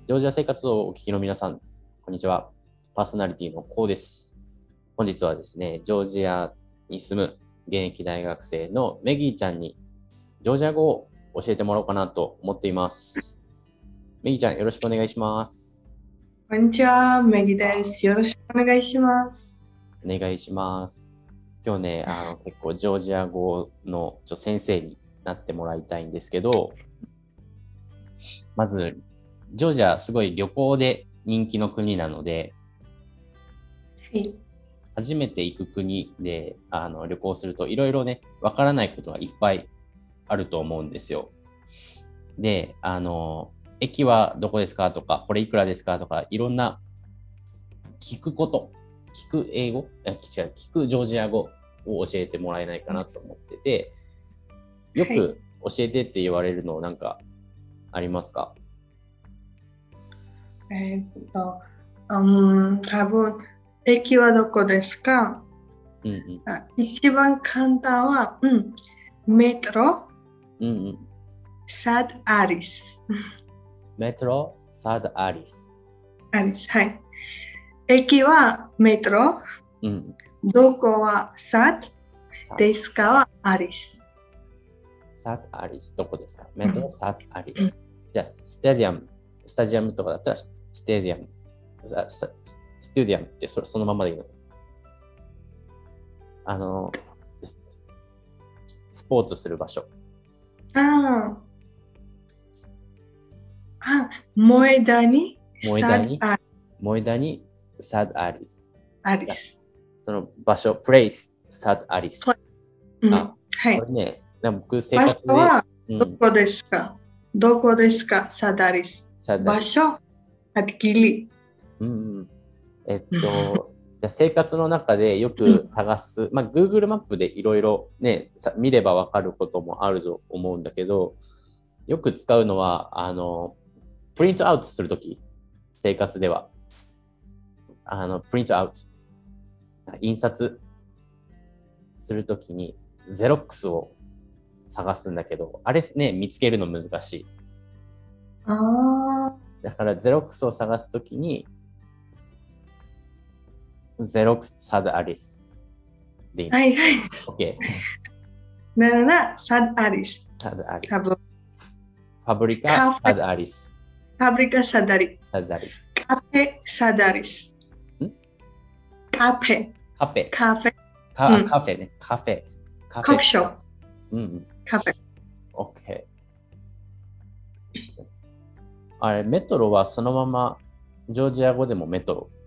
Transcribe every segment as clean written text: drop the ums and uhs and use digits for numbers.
ジョージア生活をお聞きの皆さん、こんにちは。パーソナリティのコウです。本日はですね、ジョージアに住む現役大学生のメギーちゃんにジョージア語を教えてもらおうかなと思っています。メギーちゃん、よろしくお願いします。 こんにちは、メギです。よろしくお願いします。 お願いします。今日ね、結構ジョージア語の先生になってもらいたいんですけど、まず、ジョージアすごい旅行で人気の国なので、 はい。 初めて行く国で旅行するといろいろね、わからないことがいっぱいあると思うんですよ。で、駅はどこですかとか、これいくらですかとか、いろんな聞くこと、聞く英語、違う、聞くジョージア語を教えてもらえないかなと思ってて、よはい。 く教えてって言われるのなんかありますか？ えーっと、多分、駅はどこですか？ うんうん。 一番簡単は、メトロ、 うんうん。 サドアリス。 メトロ、サドアリス。 アリス、はい。駅はメトロ、 うん。 どこはサド、 サですかはアリス。 サドアリス、どこですか？メトロ、 うんサドアリうんス。じゃあ、スタジアムとかだったらステディアム。ステディアムってそのままでいいの？あの、スポーツする場所。 あモエダにサドモエダに、モエダにサドアリス。 アリス。 その場所、プレイス、サドアリス。あ、 はい。 これね、僕生場所活で、 はどこですか？どこですか？サダリス。 サドアリス。 場所、あきり。 うんうん。じゃあ生活の中でよく探す、Google マップでいろいろね、見ればわかることもあると思うんだけど、よく使うのは、プリントアウトするとき、生活では、プリントアウト、印刷するときに、ゼロックスを探すんだけど、あれね、見つけるの難しい。 ああ、 だから、ゼロックスを探すときに、ゼロックスサドアリスでいいの。 はいはい。 OK。 サダリス。 サドアリス。 多分、 ファブリカカフェ、 サドアリス。 ファブリカサダリサドアリス。 ス。 カフェサダリス。 んカフェ、 カフェ。 カフェ、 カフェね。カフェ。カフェ。 コフショップ、 うんうん。 カフェ。 OK。あれ、メトロはそのまま、ジョージア語でもメトロ。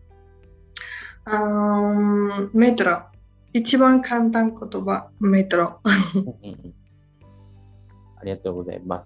メトロ。一番簡単言葉、メトロ。 うんうんうん。ありがとうございます。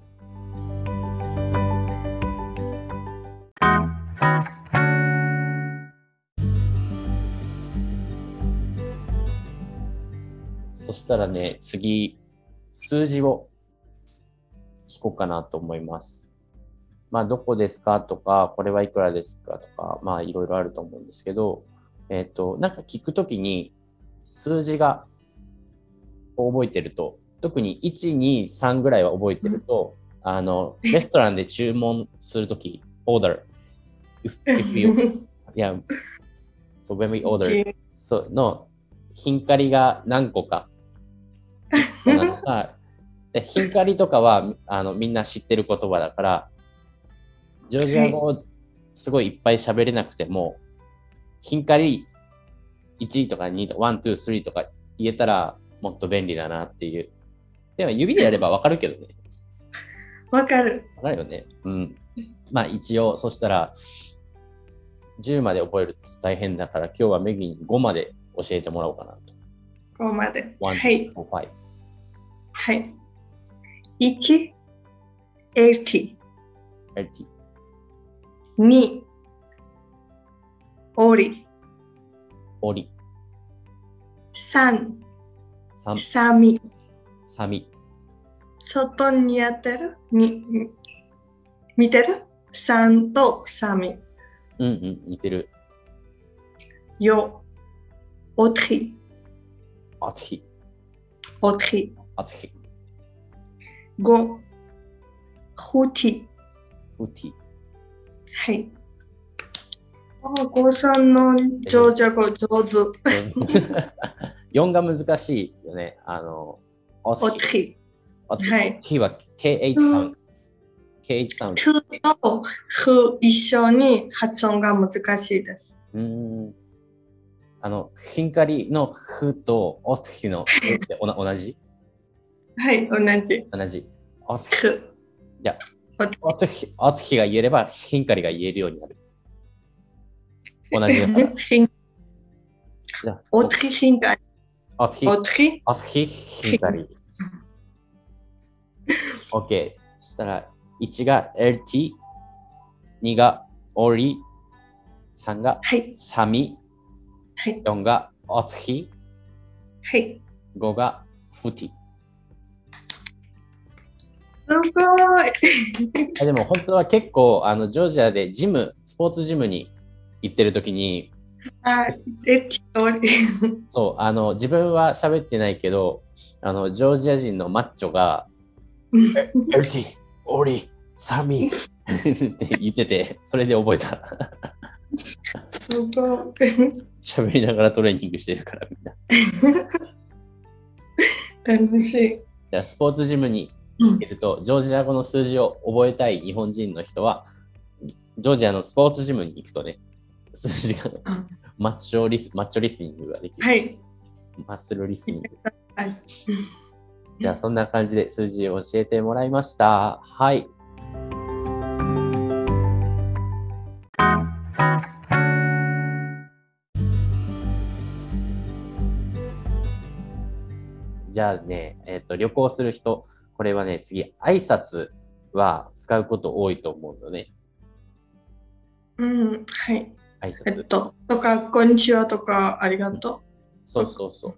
そしたらね、次、数字を聞こうかなと思います。どこですかとか、これはいくらですかとか、いろいろあると思うんですけど、なんか聞くときに、数字が覚えてると、特に1、2、3ぐらいは覚えてると、レストランで注文するとき、order, if you, yeah, so when we order, その、ヒンカリが何個か、なのか、ヒンカリとかはみんな知ってる言葉だから、ジョージア語をすごいいっぱい喋れなくても、ヒンカリ1とか2とか、1、2、3とか言えたらもっと便利だなっていう。でも指でやればわかるけどね。 わかる。 わかるよね。うん。一応、そしたら、10まで覚えると大変だから、今日はメギに5まで教えてもらおうかなと。 ここまで。 1、 はい。 2、4、5。 はい。1、80。 LT。 2、オリ。 オリ。 3、 3、 サミ。 サミ。 外にやってる見てる ?3 とサミ。 うんうん、似てる。 4、オトリ。 あつひ。 オトリ。 あつひ。 5、フーティ。 フティ。 はい。ゴーさんのジョージア語上手。 4が難しいよね。 おつはい。 ひは KH サウンド。KH サウンド。 トとフ一緒に発音が難しいです。 ヒンカリのフとオスヒのフって同じはい、同じ。 同じ。オスヒ。 フ。 いや、オスヒが言えればヒンカリが言えるようになる。同じだから。 オツヒヒンカリ。 オスヒ。 オツヒ。 オスヒヒンカリ。OK。そしたら、1が LT、2がオリ、3がサミ、 はい、 4がオツヒ、 はい、 5がフティ。 すごい。 でも本当は結構ジョージアでスポーツジムに行ってる時に、そう自分は喋ってないけどジョージア人のマッチョがエルティ、オリ、サミって言ってて、それで覚えた。 すごい。 喋りながらトレーニングしてるからみんな。 楽しい。 じゃあスポーツジムに行けると、ジョージア語の数字を覚えたい日本人の人は、ジョージアのスポーツジムに行くとね、数字が、マッチョリスニングができる。 はい。 マッスルリスニング。 はい。 じゃあそんな感じで数字を教えてもらいました。はい。じゃあね、旅行する人、これはね、次、挨拶は使うこと多いと思うのね。 はい。 挨拶。 とか、こんにちはとか、ありがとう。そうそうそう。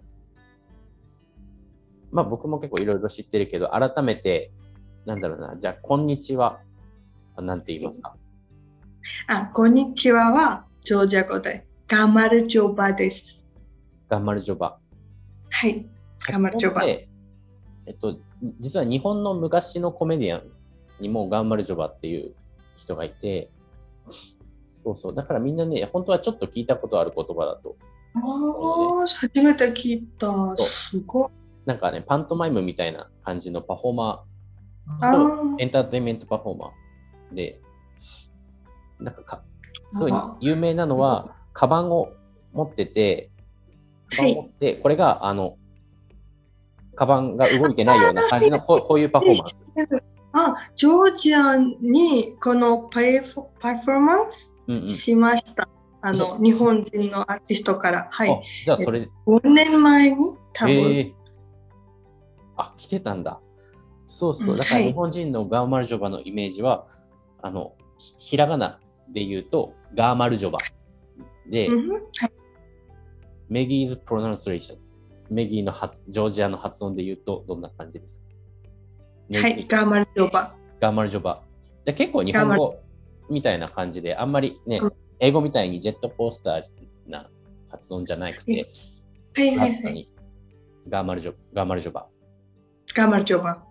まあ僕も結構いろいろ知ってるけど、改めて、なんだろうな、じゃあ、こんにちは。なんて言いますか？ こんにちはは、ジョージア語で、ガマルジョバです。 ガマルジョバ。 はい。ガマルジョバ。 実は日本の昔のコメディアンにもガンマルジョバっていう人がいて、そうそう。だからみんなね、本当はちょっと聞いたことある言葉だと。 初めて聞いた。すごい。 なんかね、パントマイムみたいな感じのパフォーマーとエンターテインメントパフォーマーで、なんかすごい有名なのは、カバンを持ってて、これがカバンが動いてないような感じのこういうパフォーマンス。 ジョージアにこのパフォーマンスしました。日本人のアーティストから。はい。 じゃあそれ。 5年前に多分。 来てたんだ。そうそう。だから日本人のガーマルジョバのイメージは、ひらがなで言うとガーマルジョバ。で、メギーズプロナンスレーション。メギーのジョージアの発音で言うとどんな感じですか？ はい、ガーマルジョバ。 ガーマルジョバ。で結構日本語みたいな感じで、あんまりね、英語みたいにジェットコースターな発音じゃなくて、 はいはいはい。 ガーマルジョバ。 ガーマルジョバ。ガーマルジョバ。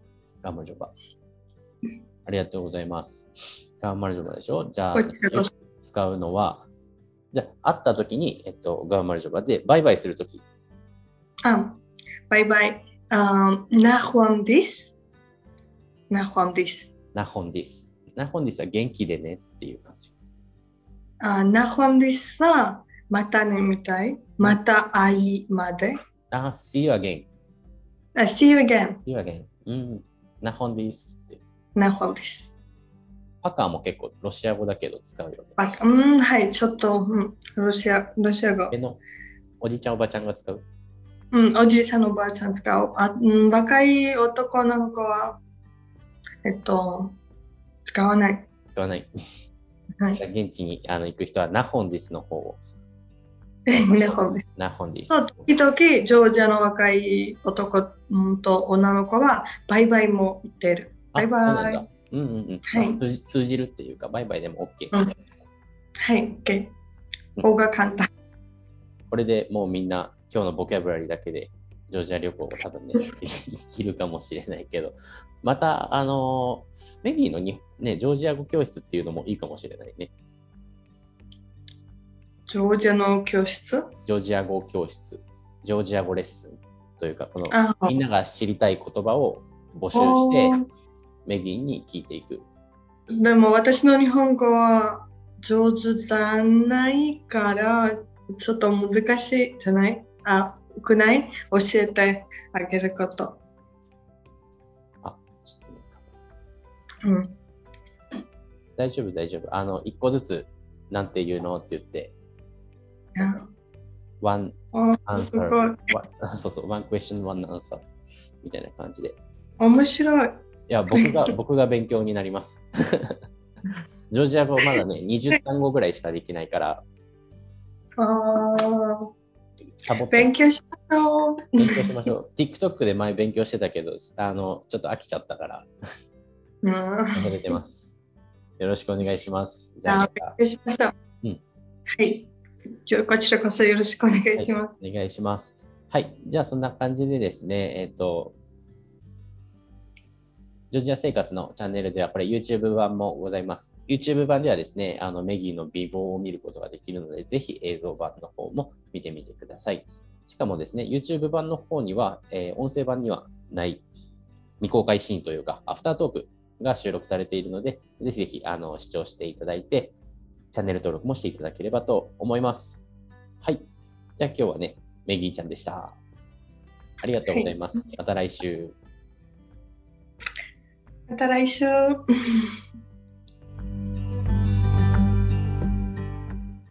ありがとうございます。ガーマルジョバでしょ？じゃあ、使うのは、じゃあ、会ったときに、ガーマルジョバで、バイバイするとき。 バイバイ。ナホンディス。ナホンディス。 ナホンディス。ナホンディスは元気でねっていう感じ。 ナホンディスは、またねみたい。また会いまで。 see you again. see you again. see you again. ナホンディスって。 ナホンディス。 パカーも結構ロシア語だけど使うよね。はい、ちょっと、ロシア語。 おじいちゃんおばちゃんが使う？ おじいちゃんおばあちゃん使う。若い男の子は、使わない。 使わない。はい、じゃあ現地に行く人はナホンディスの方を。ナホンディス。 時々、ジョージアの若い男と女の子は、バイバイも言ってる。バイバイ。 通じるっていうか、バイバイでも OK です。 はい、OK。方が簡単。 これでもうみんな、今日のボキャブラリーだけでジョージア旅行を多分ね、できるかもしれないけど、また、メギーのね、ジョージア語教室っていうのもいいかもしれないね。 ジョージアの教室？ ジョージア語教室、ジョージア語レッスンというか、このみんなが知りたい言葉を募集して、メギーに聞いていく。 でも私の日本語は上手じゃないから、ちょっと難しいじゃない？くない？教えてあげること。 ちょっとね。 大丈夫、大丈夫。一個ずつ、なんて言うのって言って。one answer. そうそう、one question, one answer. みたいな感じで。 面白い。 いや、僕が勉強になります。ジョージア語まだね、20単語ぐらいしかできないから。 勉強しましょう。 勉強しましょう。TikTok で前勉強してたけど、ちょっと飽きちゃったから。忘れてます。よろしくお願いします。 じゃあ、勉強しましょう。はい。こちらこそよろしくお願いします。 お願いします。はい。じゃあ、そんな感じでですね、ジョージア生活のチャンネルでは、これ YouTube 版もございます。YouTube 版ではですね、メギーの美貌を見ることができるので、ぜひ映像版の方も見てみてください。しかもですね、YouTube 版の方には、音声版にはない未公開シーンというか、アフタートークが収録されているので、ぜひぜひ視聴していただいて、チャンネル登録もしていただければと思います。はい。じゃあ今日はね、メギーちゃんでした。ありがとうございます。また来週。 また来週。